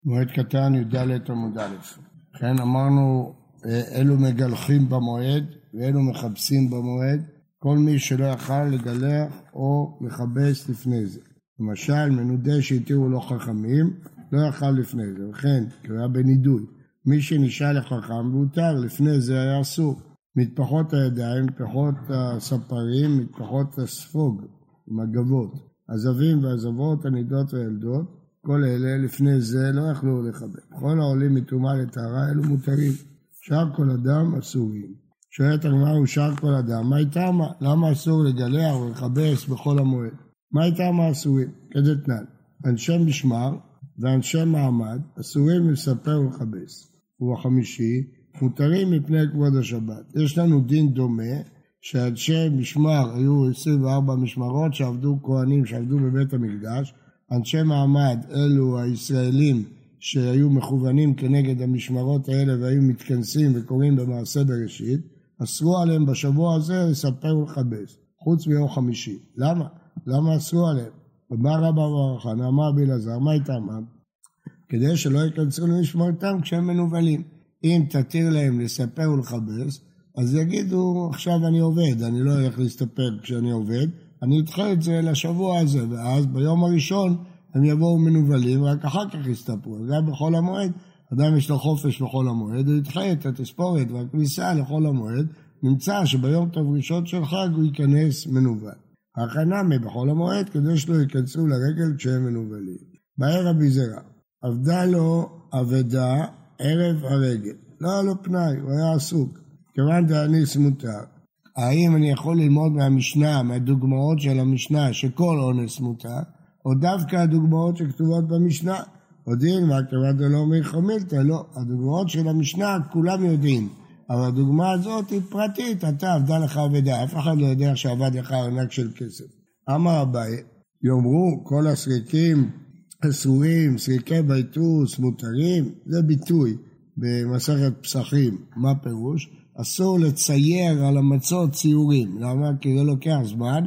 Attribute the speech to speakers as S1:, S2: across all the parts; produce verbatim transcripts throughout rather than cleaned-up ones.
S1: מועד קטן י"ד עמוד א'. לכן אמרנו אלו מגלחים במועד ואלו מחבסים במועד, כל מי שלא יכל לגלח או מחבס לפני זה. למשל מנודה שהתירו לו חכמים לא יכל לפני זה, וכן קרא בנידוי, מי שנשאל לחכם והותר לפני זה היה אסור. מטפחות הידיים, מטפחות הספרים, מטפחות הספוג, מגבות, עזבים ועזבות, הנידות והילדות, כל אלה לפני זה לא יכלו לחבק. כל העולים מטומאה לטהרה אלו מותרים, שאר כל אדם אסורים. שואלת הגמרא, הוא שאר כל אדם, מה איתם? למה אסור לגלח ולחבס בכל המועד? מה איתם האסורים? כדתנן, אנשי משמר ואנשי מעמד אסורים לספר ולחבס. ובחמישי מותרים מפני כבוד השבת. יש לנו דין דומה שאנשי משמר היו עשרים וארבע משמרות שעבדו כהנים שעבדו בבית המקדש, אנשי מעמד אלו הישראלים שהיו מכוונים כנגד המשמרות האלה והיו מתכנסים וקוראים במעשה בראשית, אסרו עליהם בשבוע הזה לספר ולחבס, חוץ מיום חמישי. למה? למה אסרו עליהם? אמר רבא בר חנא, אמר רבי אלעזר, מה איתם? כדי שלא ייכנסו למשמרתם כשהם מנוולים. אם תתיר להם לספר ולחבס, אז יגידו, עכשיו אני עובד, אני לא הולך להסתפר כשאני עובד, אני אדחה את זה לשבוע הזה, ואז ביום הראשון הם יבואו מנובלים, רק אחר כך יסתפרו. גם בכל המועד, אדם יש לו חופש בכל המועד, הוא ידחה את התספורת והכניסה לכל המועד, נמצא שביום טוב ראשון של חג הוא ייכנס מנובל. הכנה מבכל המועד, כדי שלא ייכנסו לרגל כשהם מנובלים. בערב רבי זרע, עבדה לו עבדה ערב הרגל, לא היה לו פנאי, הוא היה עסוק, כיוון דאניס מותר. האם אני יכול ללמוד מהמשנה, מהדוגמאות של המשנה, שכל אונס מותר, או דווקא הדוגמאות שכתובות במשנה? יודעים מה כיוון דלא מלחמילתא, לא. הדוגמאות של המשנה כולם יודעים, אבל הדוגמה הזאת היא פרטית, אתה עבדה לך עבדה, אף אחד לא יודע שעבד לך ארנק של כסף. אמר אביי, יאמרו כל הסריקים אסורים, סריקי ביתוס מותרים, זה ביטוי במסכת פסחים. מה פירוש? אסור לצייר על המצות ציורים. למה? כי זה לוקח זמן,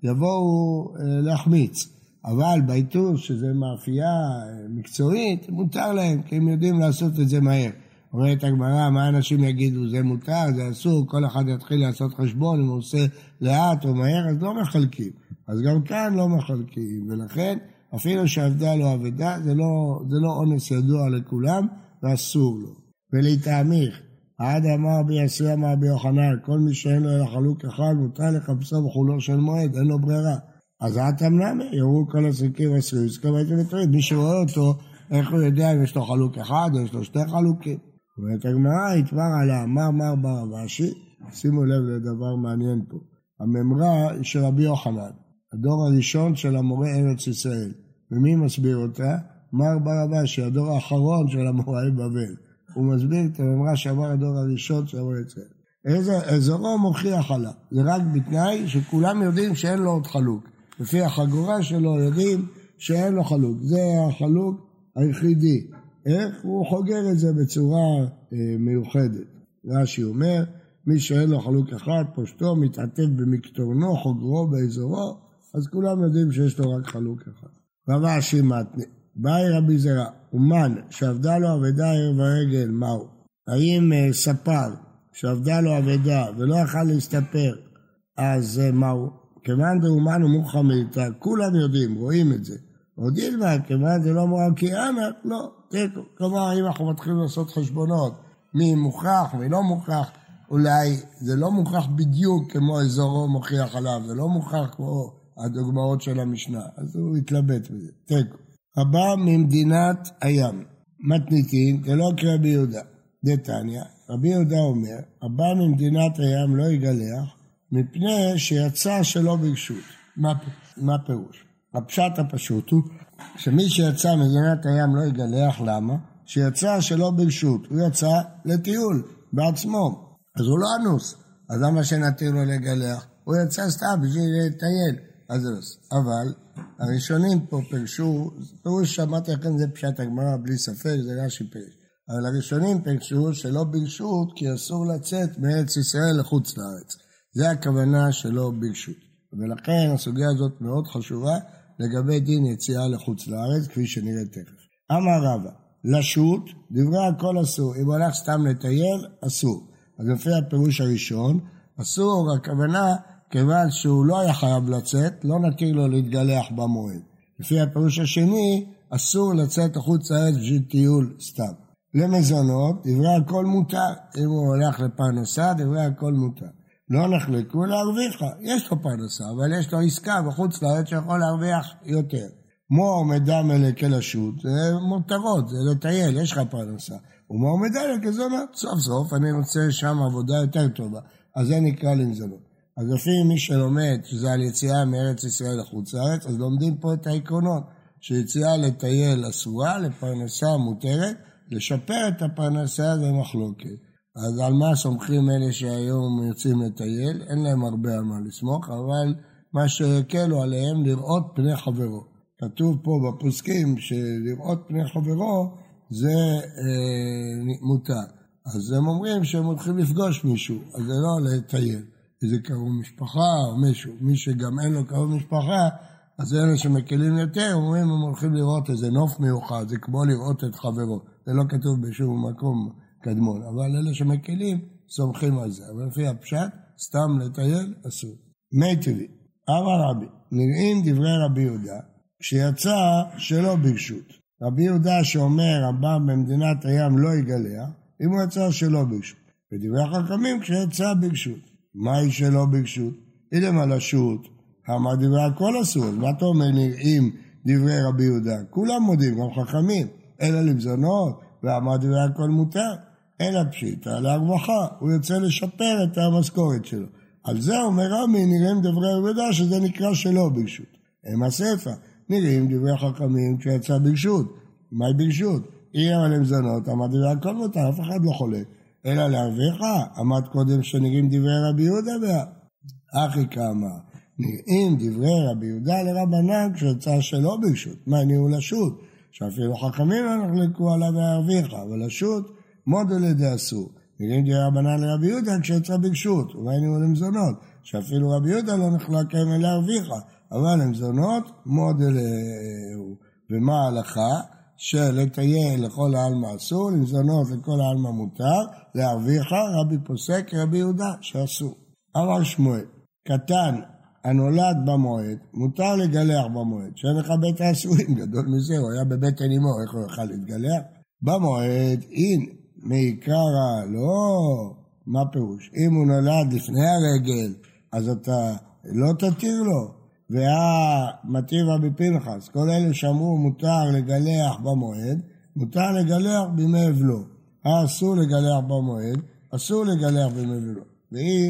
S1: יבואו להחמיץ. אבל ביתוס, שזה מאפייה מקצועית, מותר להם, כי הם יודעים לעשות את זה מהר. אומרת הגמרא, מה אנשים יגידו, זה מותר, זה אסור, כל אחד יתחיל לעשות חשבון, אם הוא עושה לאט או מהר, אז לא מחלקים. אז גם כאן לא מחלקים, ולכן אפילו שעבדה לו עבדה, זה לא, זה לא אונס ידוע לכולם, ואסור לו. ולהתאמיך, עד אמר בי עשוי אמר בי יוחנן, כל מי שאין לו אלא חלוק אחד, מותר לחפשו בחולו של מועד, אין לו ברירה. אז אתם נמי, יראו כל הסריקים עשרים, סכמה הייתם מטריד, מי שרואה אותו, איך הוא יודע אם יש לו חלוק אחד, או יש לו שתי חלוקים. ואת הגמרא התבר עליה, אמר מר בר אבשי, שימו לב לדבר מעניין פה. הממרה היא של רבי יוחנן, הדור הראשון של המורה ארץ ישראל. ומי מסביר אותה? מר בר אבשי, הדור האחרון של המורה בבל. הוא מסביר את הממרה שאמר הדור הראשון של המורה ישראל. איזה אזורו מוכיח עליו. זה רק בתנאי שכולם יודעים שאין לו עוד חלוק. לפי החגורה שלו יודעים שאין לו חלוק. זה החלוק היחידי. איך? הוא חוגר את זה בצורה אה, מיוחדת. רש"י אומר, מי שאין לו חלוק אחד, פושטו, מתעטף במקטורנו, חוגרו באזורו, אז כולם יודעים שיש לו רק חלוק אחד. רבה אשי מתנה, באי רבי זרע, אומן שעבדה לו עבדה ערב הרגל, מהו? האם אה, ספר שעבדה לו עבדה ולא יכל להסתפר, אז אה, מהו? כיוון דאומן ומוחמילתא, כולם יודעים, רואים את זה. עוד ילמה, כיוון זה לא מורה כי ענק, לא, תקו. כלומר, אם אנחנו מתחילים לעשות חשבונות, מי מוכרח ולא מוכרח, אולי זה לא מוכרח בדיוק כמו אזורו מוכיח עליו, זה לא מוכרח כמו הדוגמאות של המשנה, אז הוא יתלבט בזה, תקו. הבא ממדינת הים, מתניתין, כלא כרבי יהודה, דתניא, רבי יהודה אומר, הבא ממדינת הים לא יגלח, מפני שיצא שלא ברשות. מה, מה פירוש? הפשט הפשוט הוא שמי שיצא מדינת הים לא יגלח, למה? שיצא שלא ברשות, הוא יצא לטיול בעצמו, אז הוא לא אנוס, אז למה שנתיר לו לגלח? הוא יצא סתם בשביל לטייל, אז לא. אבל הראשונים פה פרשו, פירוש שמעתי לכם זה פשט הגמרא בלי ספק, זה רש"י פירש, אבל הראשונים פרשו שלא ברשות כי אסור לצאת מארץ ישראל לחוץ לארץ, זה הכוונה שלא ברשות, ולכן הסוגיה הזאת מאוד חשובה לגבי דין יציאה לחוץ לארץ, כפי שנראה תכף. אמר רבא, לשוט, דברי הכל אסור. אם הוא הולך סתם לטייל, אסור. אז לפי הפירוש הראשון, אסור, הכוונה, כיוון שהוא לא היה חייב לצאת, לא נתיר לו להתגלח במועד. לפי הפירוש השני, אסור לצאת החוץ לארץ בשביל טיול סתם. למזונות, דברי הכל מותר. אם הוא הולך לפרנסה, דברי הכל מותר. לא נחלקו להרוויח, יש לו פרנסה, אבל יש לו עסקה בחוץ לארץ שיכול להרוויח יותר. מור מדם אלה כלשות, זה מותרות, זה לטייל, יש לך פרנסה. ומור מדם אלה כזונות, סוף סוף אני רוצה שם עבודה יותר טובה, אז זה נקרא למזונות. אז לפי מי שלומד שזה על יציאה מארץ ישראל לחוץ לארץ, אז לומדים פה את העקרונות, שיציאה לטייל אסורה, לפרנסה מותרת, לשפר את הפרנסה זה מחלוקת. אז על מה סומכים אלה שהיום יוצאים לטייל? אין להם הרבה על מה לסמוך, אבל מה שהקלו עליהם לראות פני חברו. כתוב פה בפוסקים שלראות פני חברו זה אה, מותר. אז הם אומרים שהם הולכים לפגוש מישהו, אז זה לא לטייל. איזה קרוב משפחה או מישהו, מי שגם אין לו קרוב משפחה, אז אלה שמקלים יותר, אומרים הם הולכים לראות איזה נוף מיוחד, זה כמו לראות את חברו. זה לא כתוב בשום מקום קדמון, אבל אלה שמקלים סומכים על זה. אבל לפי הפשט, סתם לטייל אסור. מי טבעי, אמר רבי, נראים דברי רבי יהודה, כשיצא שלא ברשות. רבי יהודה שאומר, הבא במדינת הים לא יגלח, אם הוא יצא שלא ברשות. ודברי החכמים כשיצא ברשות. מהי שלא ברשות? אילם על השוט, אמר דברי הכל אסור. מה אתה אומר נראים דברי רבי יהודה? כולם מודים, גם חכמים, אלא למזונות, ואמר דברי הכל מותר. אלא פשיטה להרווחה, הוא יוצא לשפר את המשכורת שלו. על זה אומר רבי, נראים דברי רבי יהודה שזה נקרא שלא ברשות. הם הספר, נראים דברי חכמים כשיצא ברשות. מהי ברשות? אילם על למזונות, אמר דברי הכל מותר, אף אחד לא חולק. אלא להרוויח, אמרת קודם שנראים דברי רבי יהודה בה. אחי כאמר, נראים דברי רבי יהודה לרבנן כשיצא שלא ברשות. מה ניהול השוט? שאפילו חכמים לא נחלקו עליו להרוויח, אבל השוט מודו לידי אסור. נראים דברי רבנן לרבי יהודה כשיצא ברשות. ומה ניהול למזונות? שאפילו רבי יהודה לא נחלק להם להרוויח, אבל למזונות מודו ליהו. ומה ההלכה? שלטייל לכל העלמא אסור, למזונות לכל העלמא מותר, להרוויח רבי פוסק רבי יהודה שאסור. אמר שמואל, קטן הנולד במועד, מותר לגלח במועד, שאין לך בית האסורים, גדול מזה, הוא היה בבית אמו, איך הוא יוכל להתגלח? במועד, אין, מעיקרא, לא, מה פירוש? אם הוא נולד לפני הרגל, אז אתה לא תתיר לו. והמתיר רבי פנחס, כל אלה שאמרו מותר לגלח במועד, מותר לגלח בימי אבלו. האסור לגלח במועד, אסור לגלח בימי אבלו. והיא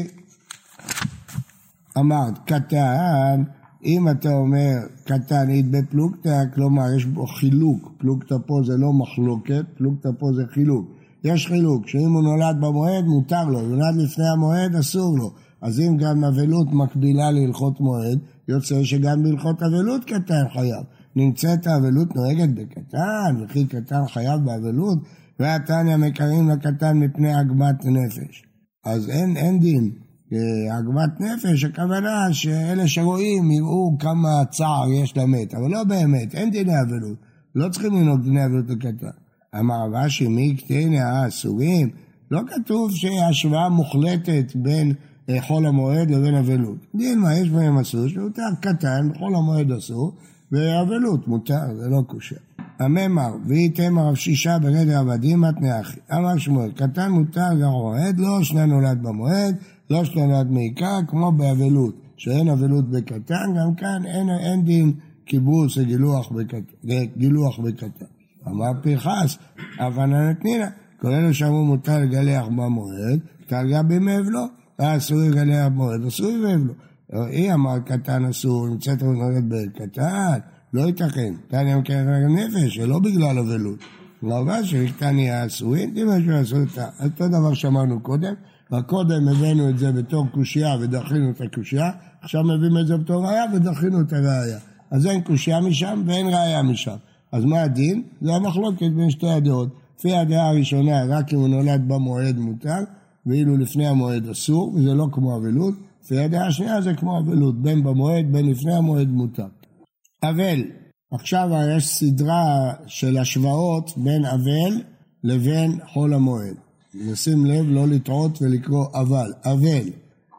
S1: אמרת, קטן, אם אתה אומר קטן אית בפלוגתא, כלומר יש בו חילוק, פלוגתא פה זה לא מחלוקת, פלוגתא פה זה חילוק. יש חילוק, שאם הוא נולד במועד מותר לו, נולד לפני המועד אסור לו. אז אם גם אבלות מקבילה להלכות מועד, יוצא שגם בהלכות אבלות קטן חייב. נמצאת האבלות נוהגת בקטן, וכי קטן חייב באבלות, והתניא מקרים לקטן מפני עגמת נפש. אז אין, אין דין. עגמת נפש, הכוונה שאלה שרואים יראו כמה צער יש למת, אבל לא באמת, אין דיני אבלות. לא צריכים לנהוג דיני אבלות לקטן. אמר רש"י, מי קטני האסורים? לא כתוב שהשוואה מוחלטת בין חול המועד לבין אבלות. דין מה, יש בהם אסור, שמותר קטן, חול המועד אסור, ואבלות מותר, זה לא קושר. הממר, ואיתם הרב שישה בנדר עבדים מתנה אחי. אמר שמואל, קטן מותר גם במועד, לא שנה נולד במועד, לא שנה נולד מעיקר, כמו באבלות, שאין אבלות בקטן, גם כאן אין, אין דין קיבוץ וגילוח בקטן. בקטן. אמר פנחס, אבנה נתנינה, כל אלה שאמרו מותר לגלח במועד, מותר גם בימי אבלו. אסור לגלח במועד, אסור לגלח לו. היא אמר קטן אסור, נמצאת ונולד בקטן, לא ייתכן. תניא מקיים נפש, שלא בגלל אבלות. אבל שקטן יהיה אסור, אין משהו אסור אותה. אותו דבר שאמרנו קודם, וקודם הבאנו את זה בתור קושייה ודחינו את הקושייה, עכשיו מביאים את זה בתור ראיה ודחינו את הראיה. אז אין קושייה משם ואין ראיה משם. אז מה הדין? זה המחלוקת בין שתי הדעות. לפי הדעה הראשונה, רק אם הוא נולד במועד מותר, ואילו לפני המועד אסור, וזה לא כמו אבלות. לפי הדעה השנייה זה כמו אבלות, בין במועד, בין לפני המועד מותר. אבל, עכשיו יש סדרה של השוואות בין אבל לבין חול המועד. נשים לב לא לטעות ולקרוא אבל. אבל.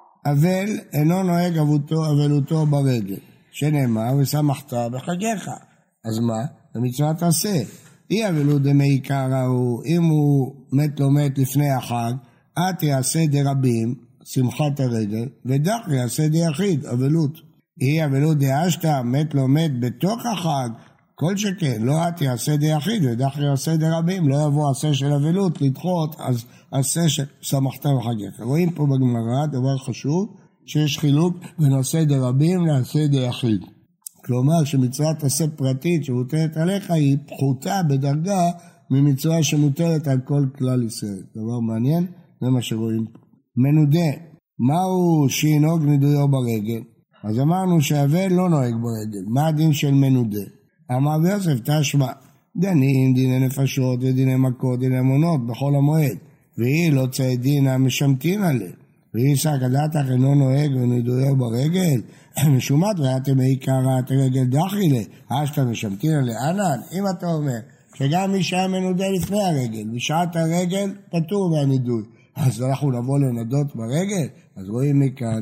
S1: אבל אינו נוהג אבלותו ברגל, שנאמר ושמחת בחגיך. אז מה? המצוות עשה. אי אבלות דמי קרא הוא, אם הוא מת לא מת לפני החג, את יעשה דרבים, שמחת הרגל, ודח יעשה דיחיד, אבלות. אי אבלות דאשתא, מת לא מת בתוך החג, כל שכן, לא את יעשה דיחיד, ודח יעשה דרבים, לא יבוא עשה של אבלות, לדחות, אז עשה ששמחת בחגיך. רואים פה בגמרא, דבר חשוב, שיש חילוק בין עשה דרבים לעשה דיחיד. כלומר שמצוות עשה פרטית שמותרת עליך היא פחותה בדרגה ממצווה שמותרת על כל כלל ישראל. דבר מעניין, זה מה שרואים פה. מנודה, מהו שינהוג נידויו ברגל? אז אמרנו שהאבל לא נוהג ברגל. מה הדין של מנודה? אמר ויוסף תשמע, דנים דיני נפשות ודיני מכות, דיני אמונות בכל המועד, והיא לא ציידין המשמתין עליה. והיא שק הדעתך אינו נוהג ונידויו ברגל, משומעת ראיתם העיקר את הרגל דחילה, אשתה משמתין עליה. ענן, אם אתה אומר שגם מי שהיה מנודה לפני הרגל, בשעת הרגל פטור מהנידוי, אז אנחנו נבוא לנדות ברגל, אז רואים מכאן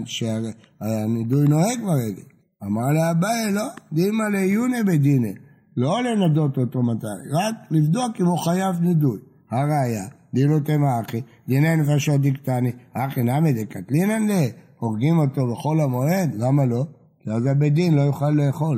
S1: שהנידוי נוהג ברגל. אמר לאביי, לא, דימה לעיוני בדינה, לא לנדות אותו מתי, רק לבדוק אם הוא חייב נידוי. הראיה, דינו תמה אחי, דיני נפשות דקטני, אחי נמי דקטלינן לה, הורגים אותו בכל המועד, למה לא? כי אז הבית דין לא יוכל לאכול.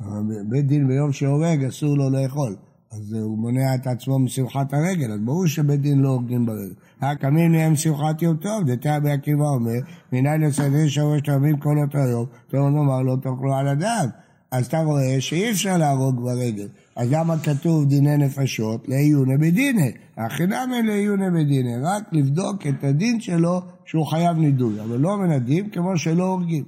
S1: בית דין ביום שהורג אסור לו לאכול. אז הוא מונע את עצמו משמחת הרגל, אז ברור שבית דין לא הורגים ברגל. הקמים נהיה משמחת יום טוב, דתיה בעקיבא אומר, מנין לסדר שורש תרמים כל אותו היום, טוב נאמר לא תאכלו על אדם. אז אתה רואה שאי אפשר להרוג ברגל. אז למה כתוב דיני נפשות? לעיוני בדיני. החינם אין לעיוני בדיני, רק לבדוק את הדין שלו שהוא חייב נידוי, אבל לא מנדים כמו שלא הורגים.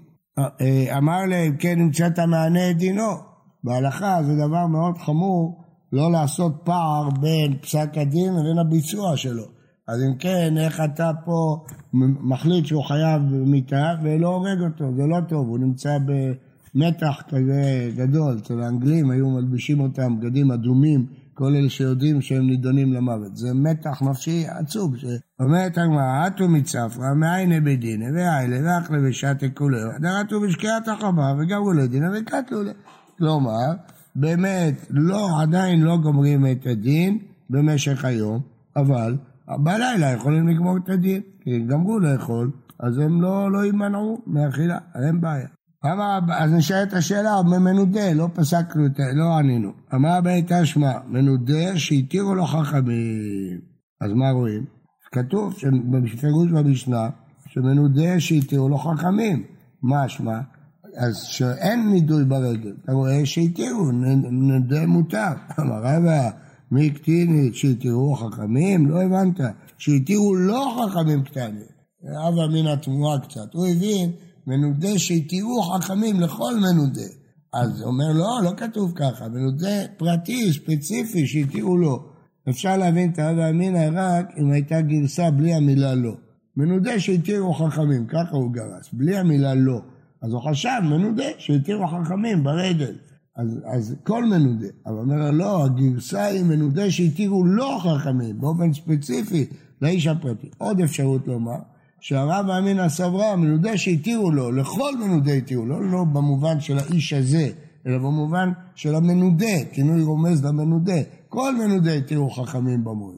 S1: אמר להם, כן נמצאת מענה את דינו. בהלכה זה דבר מאוד חמור, לא לעשות פער בין פסק הדין לבין הביצוע שלו. אז אם כן, איך אתה פה מחליט שהוא חייב מיתה ולא הורג אותו, זה לא טוב, הוא נמצא במתח כזה גדול. אצל האנגלים היו מלבישים אותם בגדים אדומים, כל אלה שיודעים שהם נידונים למוות. זה מתח נפשי עצוב. אומרת הגמרא, אתו מצפרא, מעייני בדינה, והיילה, ואכלה ושתה כולו, דרתו בשקיעת החמה, וגמרו לדינה וקטלו לה. כלומר, באמת, לא, עדיין לא גומרים את הדין במשך היום, אבל בלילה יכולים לגמור את הדין, כי גמרו לאכול, אז הם לא, לא יימנעו מאכילה, אין בעיה. אמר, אז נשאלת השאלה, מנודה, לא פסקנו, לא ענינו. אמר בית תשמע, מנודה שהתירו לו חכמים. אז מה רואים? כתוב בפירוש במשנה, שמנודה שהתירו לו חכמים. מה שמה? אז שאין נידוי ברגל, אתה רואה שהתירו, נודה מותר. אמר רבא, מי קטיני שהתירו חכמים? לא הבנת, שהתירו לא חכמים קטנים. רבא מן התמורה קצת, הוא הבין, מנודה שהתירו חכמים לכל מנודה. אז הוא אומר, לא, לא כתוב ככה, מנודה פרטי, ספציפי, שהתירו לו. אפשר להבין את הרב אמינא רק אם הייתה גרסה בלי המילה לא. מנודה שהתירו חכמים, ככה הוא גרס, בלי המילה לא. אז הוא חשב, מנודה שהתירו חכמים ברגל. אז, אז כל מנודה. אבל אומר, לא, הגרסה היא מנודה שהתירו לא חכמים, באופן ספציפי, לאיש הפרטי. עוד אפשרות לומר, שהרב אמינא סברה, מנודה שהתירו לו, לכל מנודה התירו, לא, לא במובן של האיש הזה, אלא במובן של המנודה, כינוי רומז למנודה. כל מנודה התירו חכמים במועד.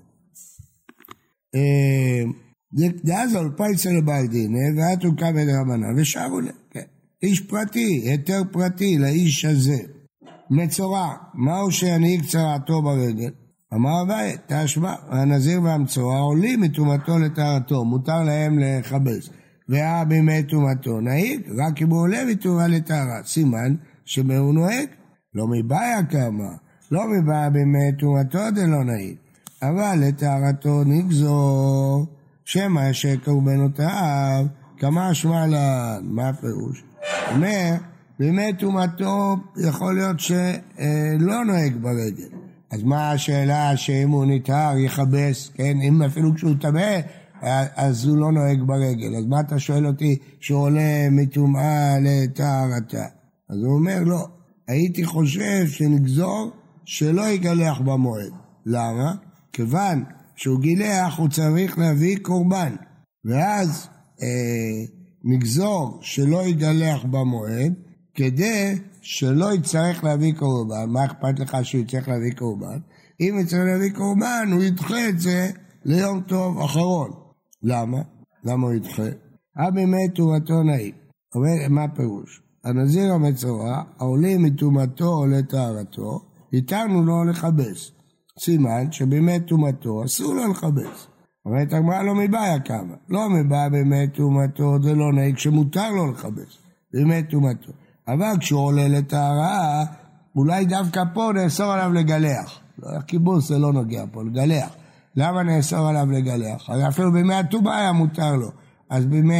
S1: דאז אלפייצה לבעל דין, ועתו כבד רבנן, ושארו לה, כן. איש פרטי, היתר פרטי לאיש הזה. מצורע, מהו שינהיג צרעתו ברגל? אמר אביי, תשמע, הנזיר והמצורע עולים מטומאתו לטהרתו, מותר להם לכבס. ואה בימי טומאתו נהיג, רק אם הוא עולה מטומאה לטהרה. סימן שהוא נוהג, לא מבעיה כמה, לא מבעיה בימי טומאתו דלא נהיג. אבל לטהרתו נגזור, שמא שקורבנותיו, כמה שמע לה, מה הפירוש? אומר, בימי טומאתו יכול להיות שלא נוהג ברגל. אז מה השאלה שאם הוא נטהר יכבס, כן? אם אפילו כשהוא טמא, אז הוא לא נוהג ברגל. אז מה אתה שואל אותי שהוא עולה מטומאה לטהרתה? אז הוא אומר לא, הייתי חושב שנגזור שלא יגלח במועד. למה? כיוון שהוא גילח הוא צריך להביא קורבן, ואז אה, נגזור שלא יגלח במועד, כדי שלא יצטרך להביא קורבן. מה אכפת לך שהוא יצטרך להביא קורבן? אם יצטרך להביא קורבן, הוא ידחה את זה ליום טוב אחרון. למה? למה הוא ידחה? אבי מת תומתו נעים. אומר, מה פירוש? הנזיר המצורע, העולה מתומתו לטהרתו, התרנו לו לכבס. סימן שבאמת תומתו אסור לו לכבס. אומרת הגמרא לא מבעיה כמה. לא מבעיה באמת תומתו, זה לא נעים, כשמותר לו לכבס. באמת תומתו. אבל כשהוא עולה לטהרה, אולי דווקא פה נאסור עליו לגלח. הכיבוס זה לא נוגע פה, לגלח. למה נאסור עליו לגלח? הרי אפילו בימי הטומאה היה מותר לו. אז בימי,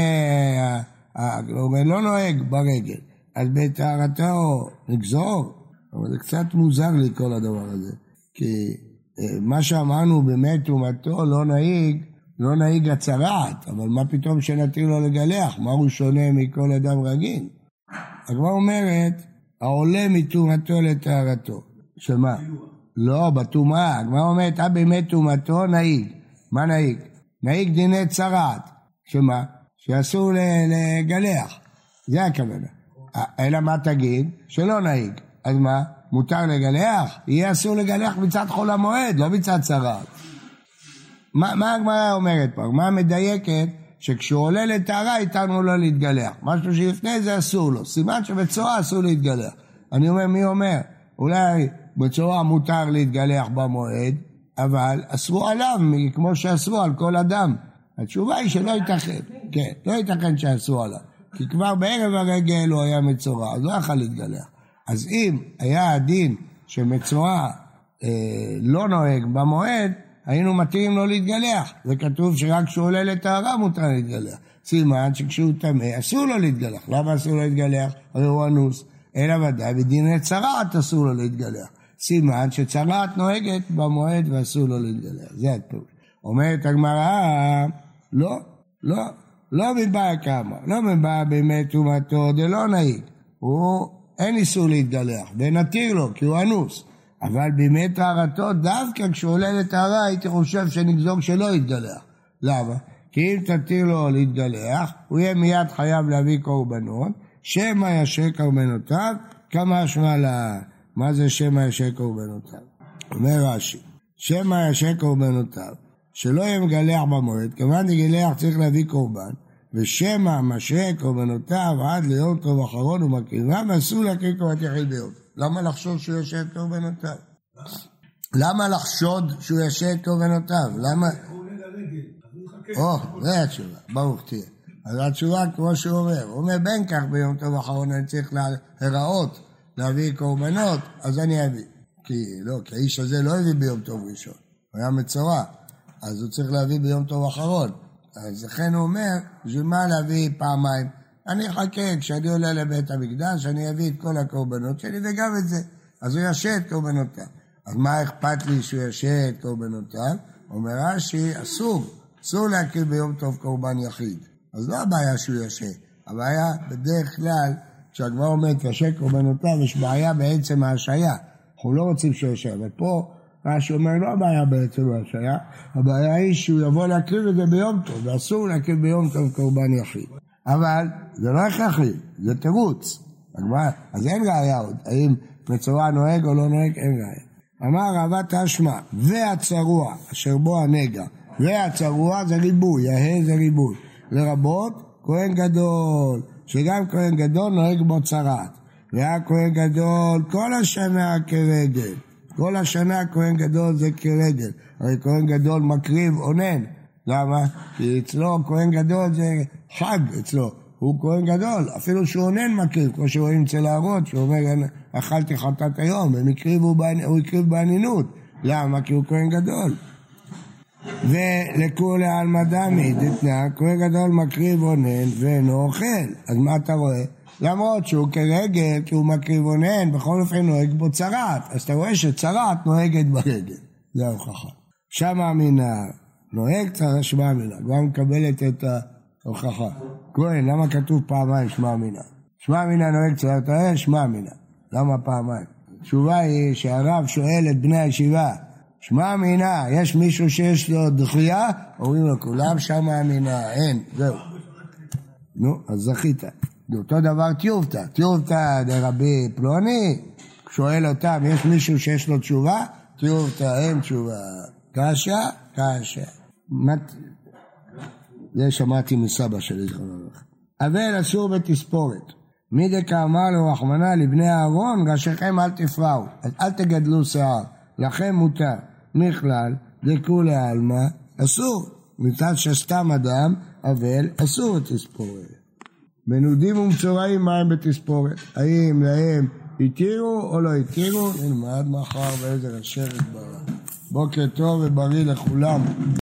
S1: לא נוהג ברגל. אז בטהרתו נגזור. אבל זה קצת מוזר לי כל הדבר הזה. כי מה שאמרנו בימי תומתו לא נהיג, לא נהיג הצרעת. אבל מה פתאום שנתיר לו לגלח? מה הוא שונה מכל אדם רגיל? הגמרא אומרת, העולה מתומתו לטהרתו. שמה? לא, בתומאה. הגמרא אומרת, אה באמת תומתו נהיג. מה נהיג? נהיג דיני צרעת. שמה? שאסור לגלח. זה הכוונה. אלא מה תגיד? שלא נהיג. אז מה? מותר לגלח? יהיה אסור לגלח מצד חול המועד, לא מצד צרעת. מה, מה הגמרא אומרת פה? מה מדייקת? שכשהוא עולה לטהרה, איתנו לא להתגלח. משהו שלפני זה אסור לו. סימן שבצורה אסור להתגלח. אני אומר, מי אומר? אולי בצורה מותר להתגלח במועד, אבל אסרו עליו, כמו שאסרו על כל אדם. התשובה היא שלא ייתכן. כן, לא ייתכן שאסרו עליו. כי כבר בערב הרגל הוא היה מצורע, אז לא יכול להתגלח. אז אם היה הדין שמצורע אה, לא נוהג במועד, היינו מתאים לו להתגלח. זה כתוב שרק כשהוא עולה לטהרה מותר להתגלח. סימן שכשהוא טמא אסור לו להתגלח. למה אסור לו להתגלח? הרי הוא אנוס. אלא ודאי בדיני צרעת אסור לו להתגלח. סימן שצרעת נוהגת במועד ואסור לו להתגלח. זה הפירוש. אומרת הגמרא, לא, לא, לא מבעיה כמה. לא מבעיה באמת תומתו, זה לא נהיג. הוא אין איסור להתגלח, ונתיר לו כי הוא אנוס. אבל בימי טהרתו, דווקא כשהוא עולה לטהרה, הייתי חושב שנגזור שלא יתגלח. למה? כי אם תתיר לו להתגלח, הוא יהיה מיד חייב להביא קורבנות, שמא ישרה קורבנותיו, כמה אשמה לה... מה זה שמא ישרה קורבנותיו? אומר רש"י, שמא ישרה קורבנותיו, שלא יהיה מגלח במועד, כמובן לגלח צריך להביא קורבן, ושמא משרה קורבנותיו עד ליום טוב אחרון ומקריבם, ואסור להקריב קורבנות יחיד ביום. למה לחשוד שהוא ישרה את קורבנותיו? למה לחשוד שהוא ישרה את קורבנותיו? למה... או, זה התשובה, ברוך תהיה. אז התשובה כמו שהוא אומר, הוא אומר בין כך ביום טוב אחרון אני צריך להיראות, להביא קורבנות, אז אני אביא. כי לא, כי האיש הזה לא הביא ביום טוב ראשון, הוא היה מצורע, אז הוא צריך להביא ביום טוב אחרון. אז לכן הוא אומר, בשביל מה להביא פעמיים? אני אחכה, כשאני עולה לבית המקדש, אני אביא את כל הקורבנות שלי וגם את זה. אז הוא ישרה את קורבנותיו. אז מה אכפת לי שהוא ישרה את קורבנותיו? אומר רש"י, אסור, אסור להקריב ביום טוב קורבן יחיד. אז לא הבעיה שהוא ישרה. הבעיה בדרך כלל, כשהגמרא אומרת ישרה קורבנותיו, יש בעיה בעצם ההשעיה. אנחנו לא רוצים שהוא ישרה, אבל פה רש"י אומר לא הבעיה בעצם ההשעיה, הבעיה היא שהוא יבוא להקריב את זה ביום טוב, ואסור להקריב ביום טוב קורבן יחיד. אבל זה לא הכרחי, זה תירוץ. אז אין ראיה עוד, האם מצורע נוהג או לא נוהג, אין ראיה. אמר רבת אשמה, והצרוע, אשר בו הנגע, והצרוע זה ריבוי, יהא זה ריבוי. לרבות כהן גדול, שגם כהן גדול נוהג בו צרעת. והיה כהן גדול כל השנה כרגל. כל השנה כהן גדול זה כרגל. הרי כהן גדול מקריב עונן. למה? כי אצלו כהן גדול זה חג אצלו. הוא כהן גדול, אפילו שהוא עונן מקריב, כמו שרואים אצל הארות, שהוא אומר, אכלתי חטאת היום, הם הקריבו, הוא הקריב בענינות. למה? כי הוא כהן גדול. ולכולי עלמא דמי דתנא, כהן גדול מקריב עונן ואינו אוכל. אז מה אתה רואה? למרות שהוא כרגל, כי הוא מקריב עונן, בכל אופן נוהג בו צרעת. אז אתה רואה שצרעת נוהגת ברגל. זה ההוכחה. שמע מינה, נוהג צרעת, שמע מינה. כבר מקבלת את ההוכחה. כהן, למה כתוב פעמיים שמע מינה? שמע מינה נוהג צרעת, שמע מינה. למה פעמיים? התשובה היא שהרב שואל את בני הישיבה, שמע אמינה, יש מישהו שיש לו דחייה? אומרים לו, כולם שמה אמינה, אין, זהו. נו, אז זכית. אותו דבר טיובתא, טיובתא דרבי פלוני, שואל אותם, יש מישהו שיש לו תשובה? טיובתא, אין תשובה. קשה? קשה. זה שמעתי מסבא שלי, אבל אסור בתספורת. מי דקה אמר לו רחמנא לבני אהרון, ראשיכם אל תפרעו, אז אל תגדלו שיער, לכם מותר. מכלל, דכולי עלמא, אסור. מצד שסתם אדם, אבל אסור בתספורת. מנודים ומצורעים מה הם בתספורת? האם להם התירו או לא התירו? נלמד מחר באיזה רשרת ברא. בוקר טוב ובריא לכולם.